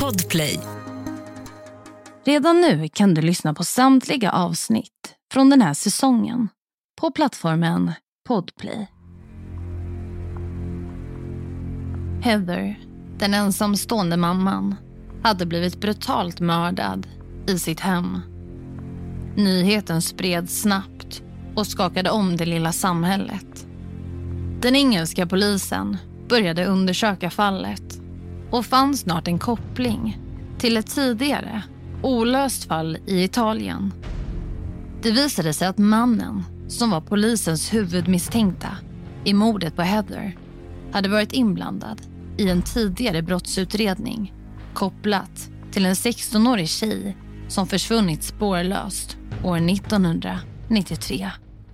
Podplay. Redan nu kan du lyssna på samtliga avsnitt från den här säsongen på plattformen Podplay. Heather, den ensamstående mamman, hade blivit brutalt mördad i sitt hem. Nyheten spreds snabbt och skakade om det lilla samhället. Den engelska polisen började undersöka fallet och fann snart en koppling till ett tidigare olöst fall i Italien. Det visade sig att mannen som var polisens huvudmisstänkta i mordet på Heather hade varit inblandad i en tidigare brottsutredning kopplat till en 16-årig tjej som försvunnit spårlöst år 1993.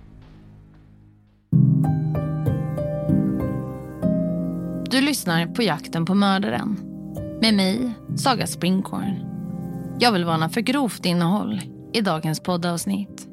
Du lyssnar på Jakten på mördaren med mig, Saga Springhorn. Jag vill varna för grovt innehåll i dagens poddavsnitt.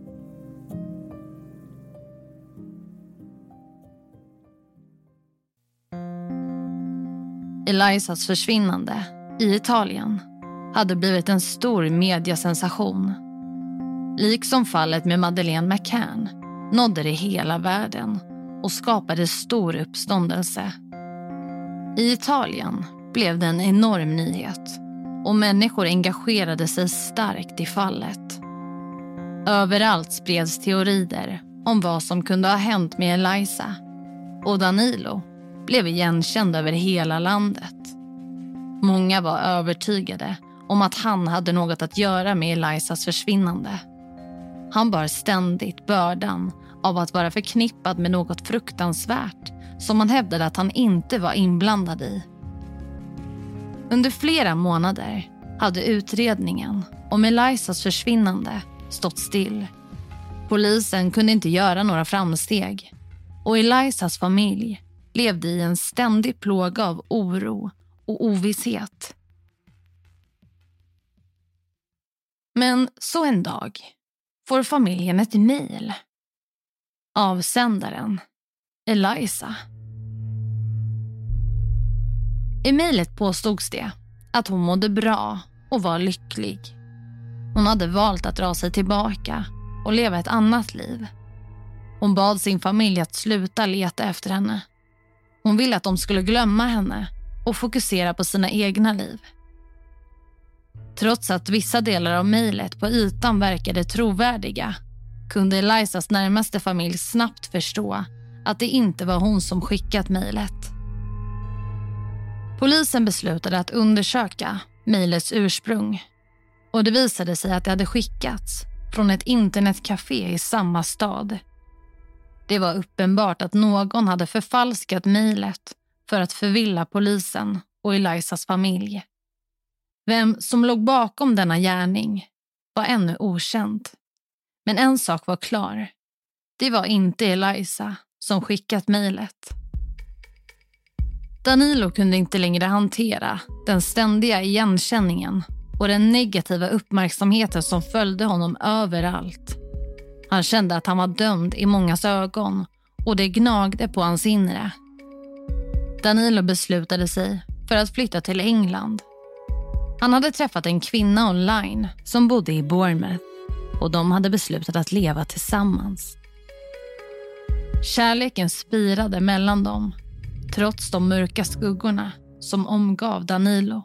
Elisas försvinnande i Italien hade blivit en stor mediasensation. Liksom fallet med Madeleine McCann nådde det hela världen och skapade stor uppståndelse. I Italien blev det en enorm nyhet och människor engagerade sig starkt i fallet. Överallt spreds teorier om vad som kunde ha hänt med Elisa, och Danilo blev igenkänd över hela landet. Många var övertygade om att han hade något att göra med Elisas försvinnande. Han bar ständigt bördan av att vara förknippad med något fruktansvärt som han hävdade att han inte var inblandad i. Under flera månader hade utredningen om Elisas försvinnande stått still. Polisen kunde inte göra några framsteg och Elisas familj levde i en ständig plåga av oro och ovisshet. Men så en dag får familjen ett mejl. Avsändaren, Elisa. I mejlet påstods det att hon mådde bra och var lycklig. Hon hade valt att dra sig tillbaka och leva ett annat liv. Hon bad sin familj att sluta leta efter henne. Hon ville att de skulle glömma henne och fokusera på sina egna liv. Trots att vissa delar av mejlet på ytan verkade trovärdiga kunde Elisas närmaste familj snabbt förstå att det inte var hon som skickat mejlet. Polisen beslutade att undersöka mejlets ursprung och det visade sig att det hade skickats från ett internetcafé i samma stad. Det var uppenbart att någon hade förfalskat mejlet för att förvilla polisen och Elisas familj. Vem som låg bakom denna gärning var ännu okänt. Men en sak var klar. Det var inte Elisa som skickat mejlet. Danilo kunde inte längre hantera den ständiga igenkänningen och den negativa uppmärksamheten som följde honom överallt. Han kände att han var dömd i mångas ögon och det gnagde på hans inre. Danilo beslutade sig för att flytta till England. Han hade träffat en kvinna online som bodde i Bournemouth och de hade beslutat att leva tillsammans. Kärleken spirade mellan dem trots de mörka skuggorna som omgav Danilo.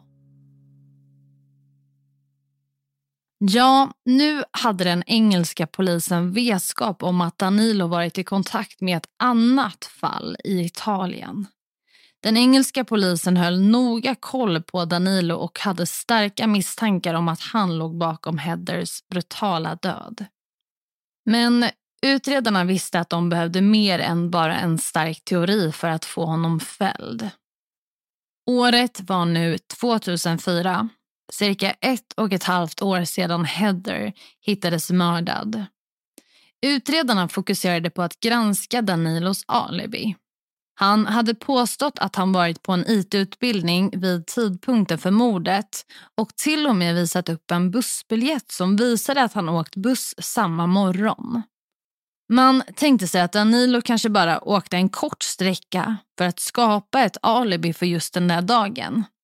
Ja, nu hade den engelska polisen vetskap om att Danilo varit i kontakt med ett annat fall i Italien. Den engelska polisen höll noga koll på Danilo och hade starka misstankar om att han låg bakom Heathers brutala död. Men utredarna visste att de behövde mer än bara en stark teori för att få honom fälld. Året var nu 2004, cirka 1,5 år sedan Heather hittades mördad. Utredarna fokuserade på att granska Danilos alibi. Han hade påstått att han varit på en IT-utbildning vid tidpunkten för mordet och till och med visat upp en bussbiljett som visade att han åkt buss samma morgon. Man tänkte sig att Danilo kanske bara åkte en kort sträcka för att skapa ett alibi för just den där dagen.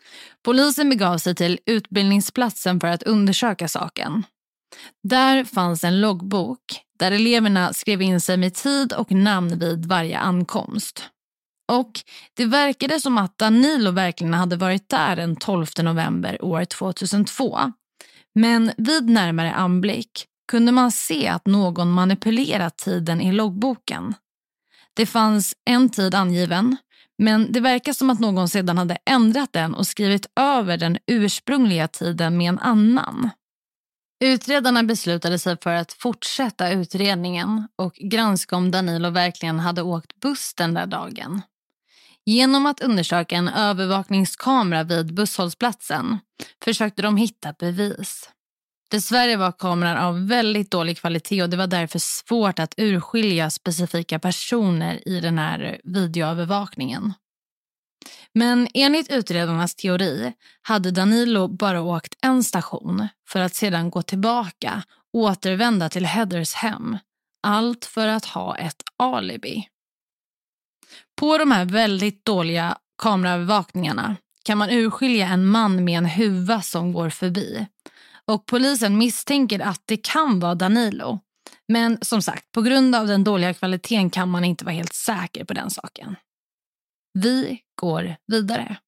Polisen begav sig till utbildningsplatsen för att undersöka saken. Där fanns en loggbok där eleverna skrev in sig med tid och namn vid varje ankomst. Och det verkade som att Danilo verkligen hade varit där den 12 november år 2002. Men vid närmare anblick kunde man se att någon manipulerat tiden i loggboken. Det fanns en tid angiven, men det verkar som att någon sedan hade ändrat den och skrivit över den ursprungliga tiden med en annan. Utredarna beslutade sig för att fortsätta utredningen och granska om Danilo verkligen hade åkt buss den där dagen. Genom att undersöka en övervakningskamera vid busshållplatsen försökte de hitta bevis. Dessvärre var kameran av väldigt dålig kvalitet och det var därför svårt att urskilja specifika personer i den här videoövervakningen. Men enligt utredarnas teori hade Danilo bara åkt en station för att sedan gå tillbaka och återvända till Heathers hem. Allt för att ha ett alibi. På de här väldigt dåliga kameraövervakningarna kan man urskilja en man med en huva som går förbi. Och polisen misstänker att det kan vara Danilo. Men som sagt, på grund av den dåliga kvaliteten kan man inte vara helt säker på den saken. Vi går vidare.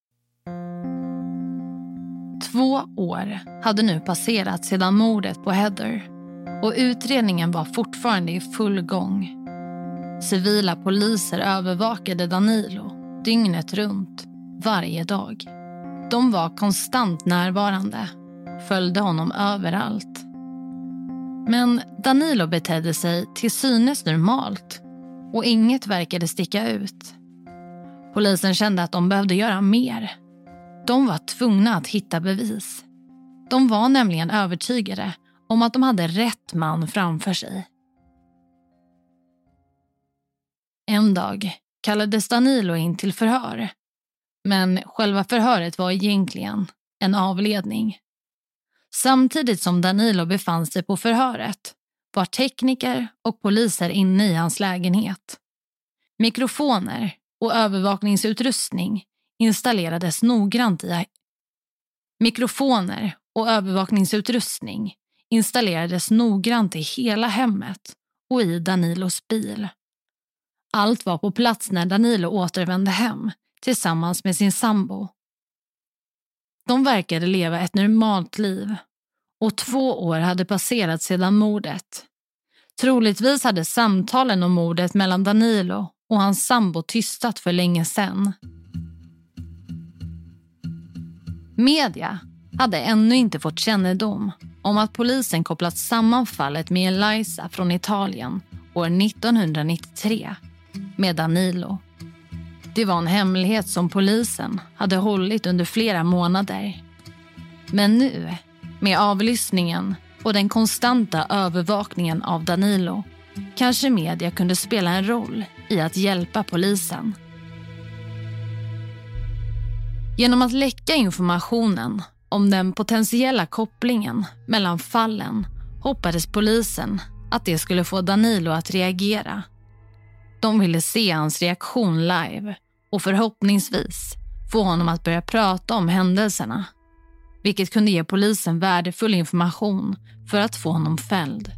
2 år hade nu passerat sedan mordet på Heather och utredningen var fortfarande i full gång. Civila poliser övervakade Danilo dygnet runt, varje dag. De var konstant närvarande, följde honom överallt. Men Danilo betedde sig till synes normalt och inget verkade sticka ut. Polisen kände att de behövde göra mer. De var tvungna att hitta bevis. De var nämligen övertygade om att de hade rätt man framför sig. En dag kallades Danilo in till förhör. Men själva förhöret var egentligen en avledning. Samtidigt som Danilo befann sig på förhöret var tekniker och poliser inne i hans lägenhet. Mikrofoner och övervakningsutrustning installerades noggrant i hela hemmet och i Danilos bil. Allt var på plats när Danilo återvände hem tillsammans med sin sambo. De verkade leva ett normalt liv och 2 år hade passerat sedan mordet. Troligtvis hade samtalen om mordet mellan Danilo och hans sambo tystat för länge sedan. Media hade ännu inte fått kännedom om att polisen kopplat samman fallet med Eliza från Italien år 1993 med Danilo. Det var en hemlighet som polisen hade hållit under flera månader. Men nu, med avlyssningen och den konstanta övervakningen av Danilo, kanske media kunde spela en roll i att hjälpa polisen. Genom att läcka informationen om den potentiella kopplingen mellan fallen hoppades polisen att det skulle få Danilo att reagera. De ville se hans reaktion live och förhoppningsvis få honom att börja prata om händelserna, vilket kunde ge polisen värdefull information för att få honom fälld.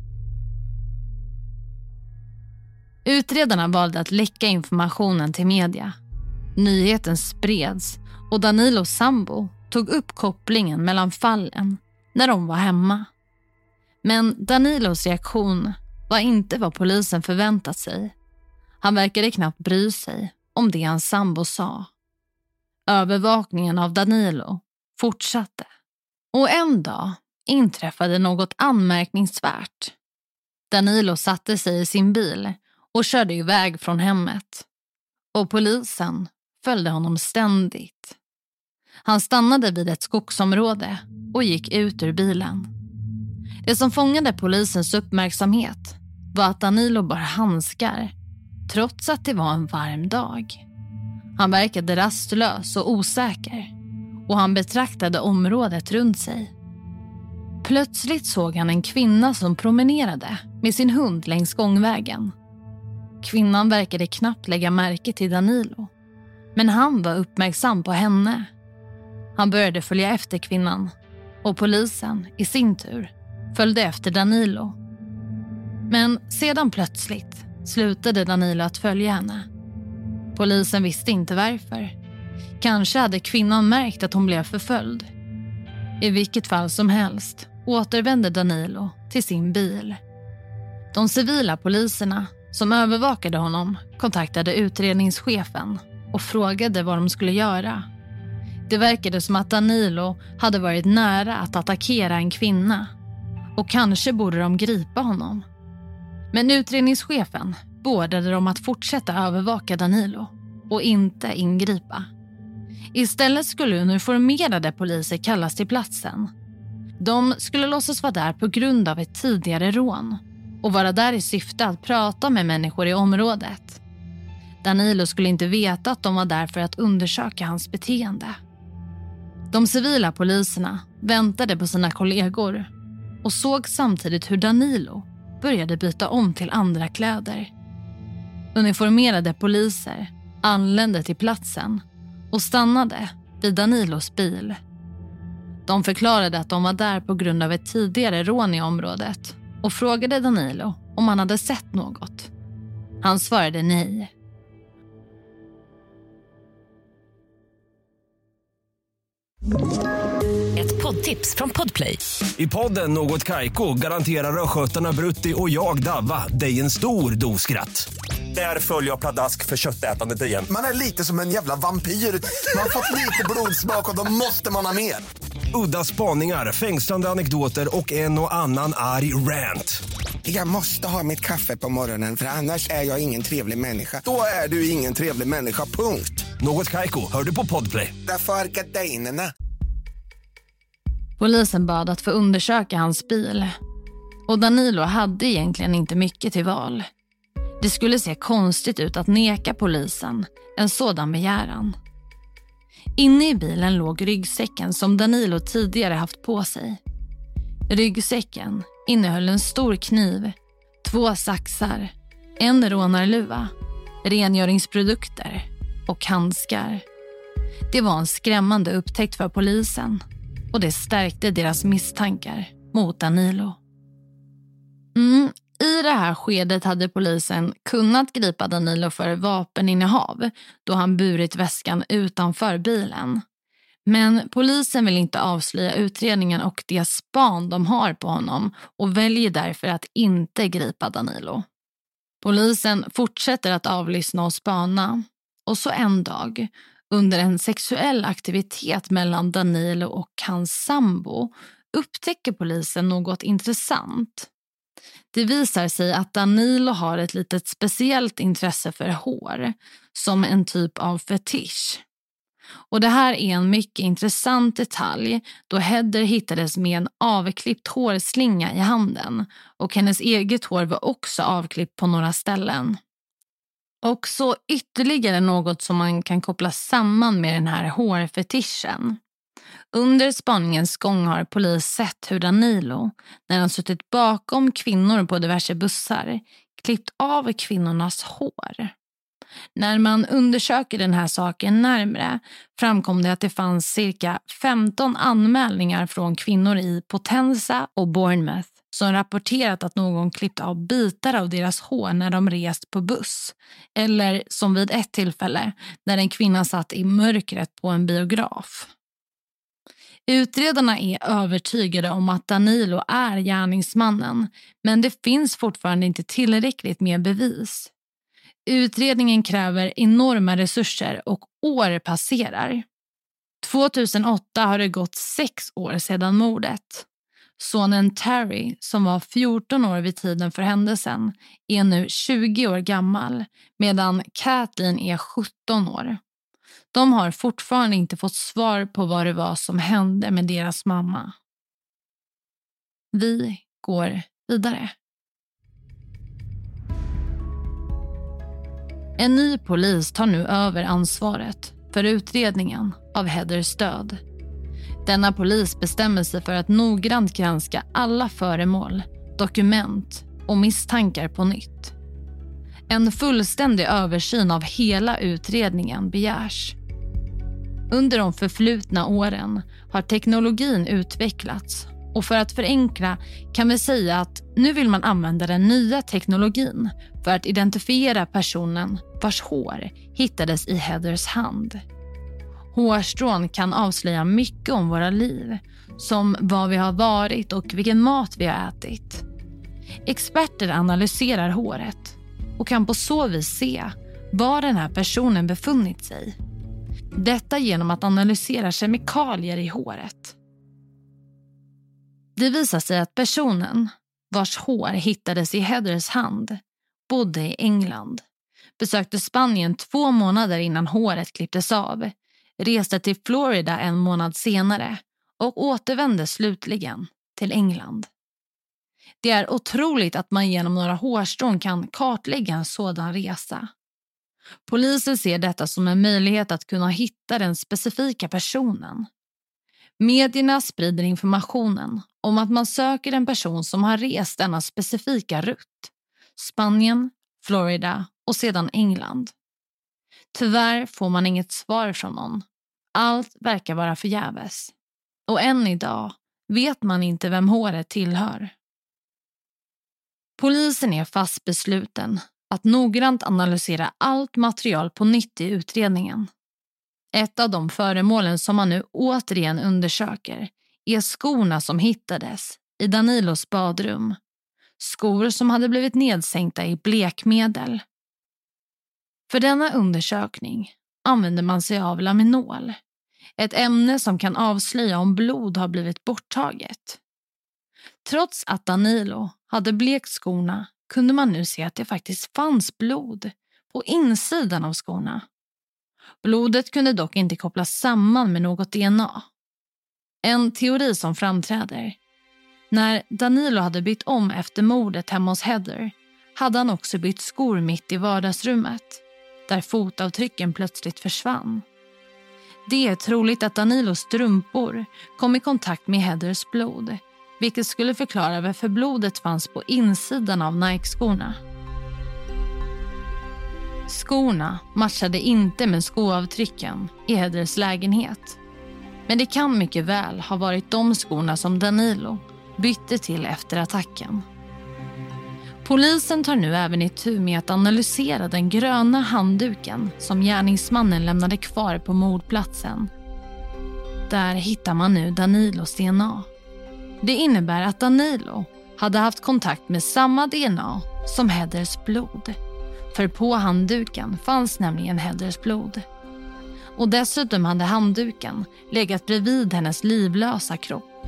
Utredarna valde att läcka informationen till media. Nyheten spreds och Danilos sambo tog upp kopplingen mellan fallen när de var hemma. Men Danilos reaktion var inte vad polisen förväntat sig. Han verkade knappt bry sig om det hans sambo sa. Övervakningen av Danilo fortsatte. Och en dag inträffade något anmärkningsvärt. Danilo satte sig i sin bil och körde iväg från hemmet. Och polisen följde honom ständigt. Han stannade vid ett skogsområde och gick ut ur bilen. Det som fångade polisens uppmärksamhet var att Danilo bar handskar trots att det var en varm dag. Han verkade rastlös och osäker och han betraktade området runt sig. Plötsligt såg han en kvinna som promenerade med sin hund längs gångvägen. Kvinnan verkade knappt lägga märke till Danilo, men han var uppmärksam på henne. Han började följa efter kvinnan och polisen i sin tur följde efter Danilo. Men sedan plötsligt slutade Danilo att följa henne. Polisen visste inte varför. Kanske hade kvinnan märkt att hon blev förföljd. I vilket fall som helst återvände Danilo till sin bil. De civila poliserna som övervakade honom kontaktade utredningschefen och frågade vad de skulle göra. Det verkade som att Danilo hade varit nära att attackera en kvinna och kanske borde de gripa honom. Men utredningschefen beordrade dem att fortsätta övervaka Danilo och inte ingripa. Istället skulle uniformerade poliser kallas till platsen. De skulle låtsas vara där på grund av ett tidigare rån och vara där i syfte att prata med människor i området. Danilo skulle inte veta att de var där för att undersöka hans beteende. De civila poliserna väntade på sina kollegor och såg samtidigt hur Danilo började byta om till andra kläder. Uniformerade poliser anlände till platsen och stannade vid Danilos bil. De förklarade att de var där på grund av ett tidigare rån i området och frågade Danilo om han hade sett något. Han svarade nej. Ett poddtips från Podplay. I podden Något Kaiko garanterar röskötarna Brutti och jag Davva dig en stor doskratt. Där följer jag pladask för köttätandet igen. Man är lite som en jävla vampyr. Man har fått lite blodsmak och då måste man ha mer. Udda spaningar, fängslande anekdoter och en och annan arg rant. Jag måste ha mitt kaffe på morgonen för annars är jag ingen trevlig människa. Då är du ingen trevlig människa, punkt. Något Kaiko, hör du på Podplay. Därför är gardinerna. Polisen bad att få undersöka hans bil. Och Danilo hade egentligen inte mycket till val. Det skulle se konstigt ut att neka polisen en sådan begäran. Inne i bilen låg ryggsäcken som Danilo tidigare haft på sig. Ryggsäcken innehöll en stor kniv, 2 saxar, en rånarluva, rengöringsprodukter och handskar. Det var en skrämmande upptäckt för polisen och det stärkte deras misstankar mot Danilo. I det här skedet hade polisen kunnat gripa Danilo för vapeninnehav då han burit väskan utanför bilen. Men polisen vill inte avslöja utredningen och det span de har på honom och väljer därför att inte gripa Danilo. Polisen fortsätter att avlyssna och spana och så en dag under en sexuell aktivitet mellan Danilo och hans sambo upptäcker polisen något intressant. Det visar sig att Danilo har ett litet speciellt intresse för hår, som en typ av fetisch. Och det här är en mycket intressant detalj då Heather hittades med en avklippt hårslinga i handen och hennes eget hår var också avklippt på några ställen. Och så ytterligare något som man kan koppla samman med den här hårfetischen. Under spaningens gång har polis sett hur Danilo, när han suttit bakom kvinnor på diverse bussar, klippt av kvinnornas hår. När man undersöker den här saken närmare framkom det att det fanns cirka 15 anmälningar från kvinnor i Potenza och Bournemouth som rapporterat att någon klippt av bitar av deras hår när de rest på buss. Eller som vid ett tillfälle när en kvinna satt i mörkret på en biograf. Utredarna är övertygade om att Danilo är gärningsmannen, men det finns fortfarande inte tillräckligt med bevis. Utredningen kräver enorma resurser och år passerar. 2008 har det gått 6 år sedan mordet. Sonen Terry, som var 14 år vid tiden för händelsen, är nu 20 år gammal, medan Kathleen är 17 år. De har fortfarande inte fått svar på vad det var som hände med deras mamma. Vi går vidare. En ny polis tar nu över ansvaret för utredningen av Heathers död. Denna polis bestämmer sig för att noggrant granska alla föremål, dokument och misstankar på nytt. En fullständig översyn av hela utredningen begärs. Under de förflutna åren har teknologin utvecklats, och för att förenkla kan vi säga att nu vill man använda den nya teknologin för att identifiera personen vars hår hittades i Heathers hand. Hårstrån kan avslöja mycket om våra liv, som var vi har varit och vilken mat vi har ätit. Experter analyserar håret och kan på så vis se var den här personen befunnit sig. Detta genom att analysera kemikalier i håret. Det visar sig att personen, vars hår hittades i Heathers hand, bodde i England, besökte Spanien 2 månader innan håret klipptes av, reste till Florida 1 månad senare och återvände slutligen till England. Det är otroligt att man genom några hårstrån kan kartlägga en sådan resa. Polisen ser detta som en möjlighet att kunna hitta den specifika personen. Medierna sprider informationen om att man söker en person som har rest denna specifika rutt. Spanien, Florida och sedan England. Tyvärr får man inget svar från någon. Allt verkar vara förgäves. Och än idag vet man inte vem håret tillhör. Polisen är fast besluten att noggrant analysera allt material på nytt i utredningen. Ett av de föremålen som man nu återigen undersöker är skorna som hittades i Danilos badrum. Skor som hade blivit nedsänkta i blekmedel. För denna undersökning använder man sig av laminol. Ett ämne som kan avslöja om blod har blivit borttaget. Trots att Danilo hade blekt skorna kunde man nu se att det faktiskt fanns blod på insidan av skorna. Blodet kunde dock inte kopplas samman med något DNA. En teori som framträder. När Danilo hade bytt om efter mordet hemma hos Heather hade han också bytt skor mitt i vardagsrummet, där fotavtrycken plötsligt försvann. Det är troligt att Danilos strumpor kom i kontakt med Heathers blod, vilket skulle förklara varför blodet fanns på insidan av Nike-skorna. Skorna matchade inte med skoavtrycken i Heathers lägenhet. Men det kan mycket väl ha varit de skorna som Danilo bytte till efter attacken. Polisen tar nu även itu med att analysera den gröna handduken som gärningsmannen lämnade kvar på mordplatsen. Där hittar man nu Danilos DNA. Det innebär att Danilo hade haft kontakt med samma DNA som Heathers blod. För på handduken fanns nämligen Heathers blod. Och dessutom hade handduken legat bredvid hennes livlösa kropp.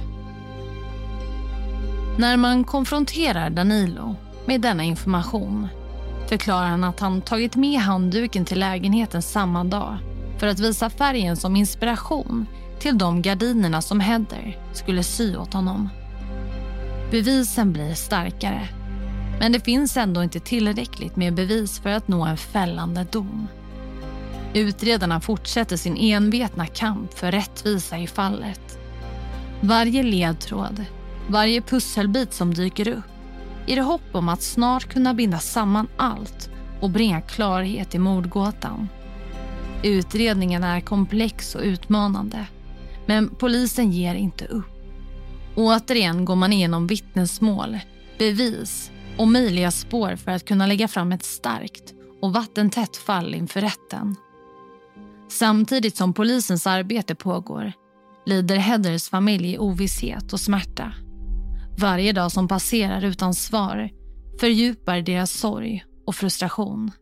När man konfronterar Danilo med denna information förklarar han att han tagit med handduken till lägenheten samma dag för att visa färgen som inspiration till de gardinerna som Heather skulle sy åt honom. Bevisen blir starkare, men det finns ändå inte tillräckligt med bevis för att nå en fällande dom. Utredarna fortsätter sin envetna kamp för rättvisa i fallet. Varje ledtråd, varje pusselbit som dyker upp, i det hopp om att snart kunna binda samman allt och bringa klarhet i mordgåtan. Utredningen är komplex och utmanande, men polisen ger inte upp. Återigen går man igenom vittnesmål, bevis och möjliga spår för att kunna lägga fram ett starkt och vattentätt fall inför rätten. Samtidigt som polisens arbete pågår lider Heathers familj i ovisshet och smärta. Varje dag som passerar utan svar fördjupar deras sorg och frustration.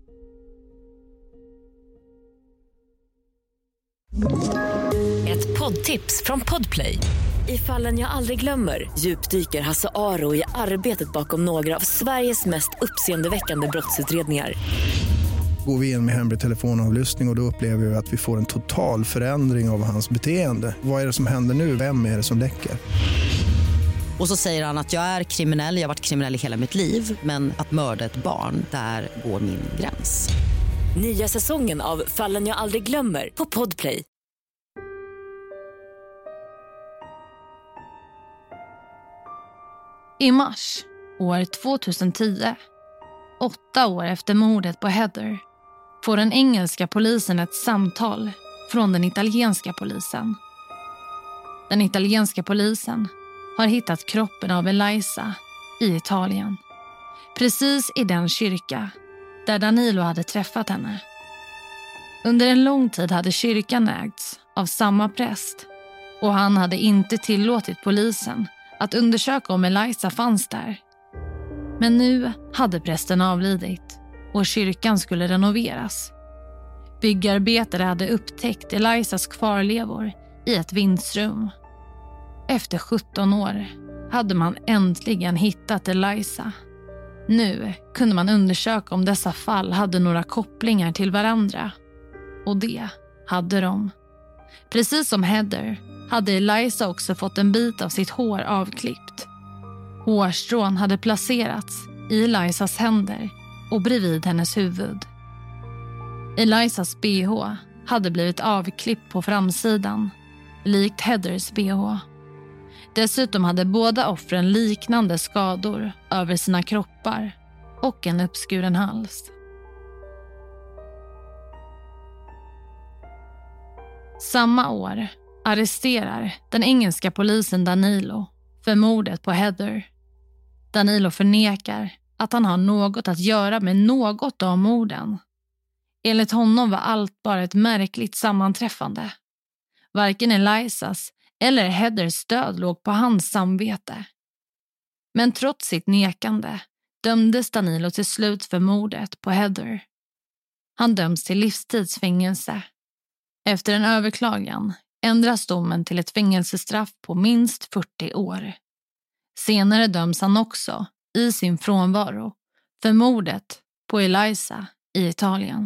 Ett poddtips från Podplay. I Fallen jag aldrig glömmer djupdyker Hasse Aro i arbetet bakom några av Sveriges mest uppseendeväckande brottsutredningar. Går vi in med hemlig telefonavlyssning och då upplever vi att vi får en total förändring av hans beteende. Vad är det som händer nu? Vem är det som läcker? Och så säger han att jag är kriminell, jag har varit kriminell i hela mitt liv. Men att mörda ett barn, där går min gräns. Nya säsongen av Fallen jag aldrig glömmer på Podplay. I mars år 2010, 8 år efter mordet på Heather, får den engelska polisen ett samtal från den italienska polisen. Den italienska polisen har hittat kroppen av Eliza i Italien. Precis i den kyrka där Danilo hade träffat henne. Under en lång tid hade kyrkan ägts av samma präst och han hade inte tillåtit polisen att undersöka om Eliza fanns där. Men nu hade prästen avlidit och kyrkan skulle renoveras. Byggarbetare hade upptäckt Elizas kvarlevor i ett vindsrum. Efter 17 år hade man äntligen hittat Eliza. Nu kunde man undersöka om dessa fall hade några kopplingar till varandra. Och det hade de. Precis som Heather hade Eliza också fått en bit av sitt hår avklippt. Hårstrån hade placerats i Elizas händer och bredvid hennes huvud. Elizas BH hade blivit avklippt på framsidan, likt Heathers BH. Dessutom hade båda offren liknande skador över sina kroppar och en uppskuren hals. Samma år arresterar den engelska polisen Danilo för mordet på Heather. Danilo förnekar att han har något att göra med något av morden. Enligt honom var allt bara ett märkligt sammanträffande. Varken Elizas eller Heathers död låg på hans samvete. Men trots sitt nekande dömdes Danilo till slut för mordet på Heather. Han döms till livstidsfängelse. Efter en överklagan ändras domen till ett fängelsestraff på minst 40 år. Senare döms han också, i sin frånvaro, för mordet på Eliza i Italien.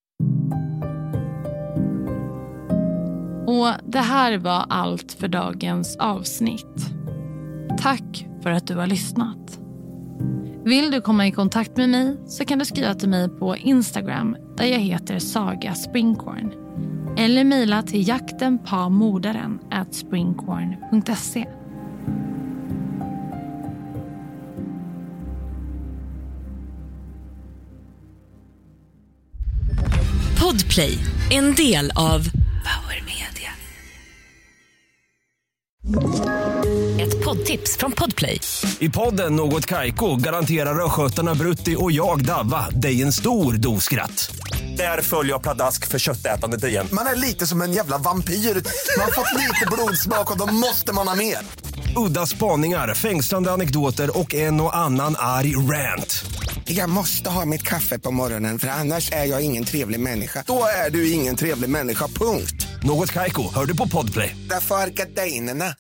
Och det här var allt för dagens avsnitt. Tack för att du har lyssnat. Vill du komma i kontakt med mig så kan du skriva till mig på Instagram där jag heter Saga Springkorn. Eller mejla till jaktenpamordaren@springkorn.se. Podplay, en del av Power Media. Ett poddtips från Podplay. I podden Något Kaiko garanterar röskötarna Brutti och jag Davva dig en stor doskratt. Där följer jag pladask för köttätandet igen. Man är lite som en jävla vampyr. Man har fått lite blodsmak och då måste man ha mer. Udda spaningar, fängslande anekdoter och en och annan arg rant. Jag måste ha mitt kaffe på morgonen för annars är jag ingen trevlig människa. Då är du ingen trevlig människa, punkt. Något Kaiko, hör du på Podplay. Därför är gardinerna.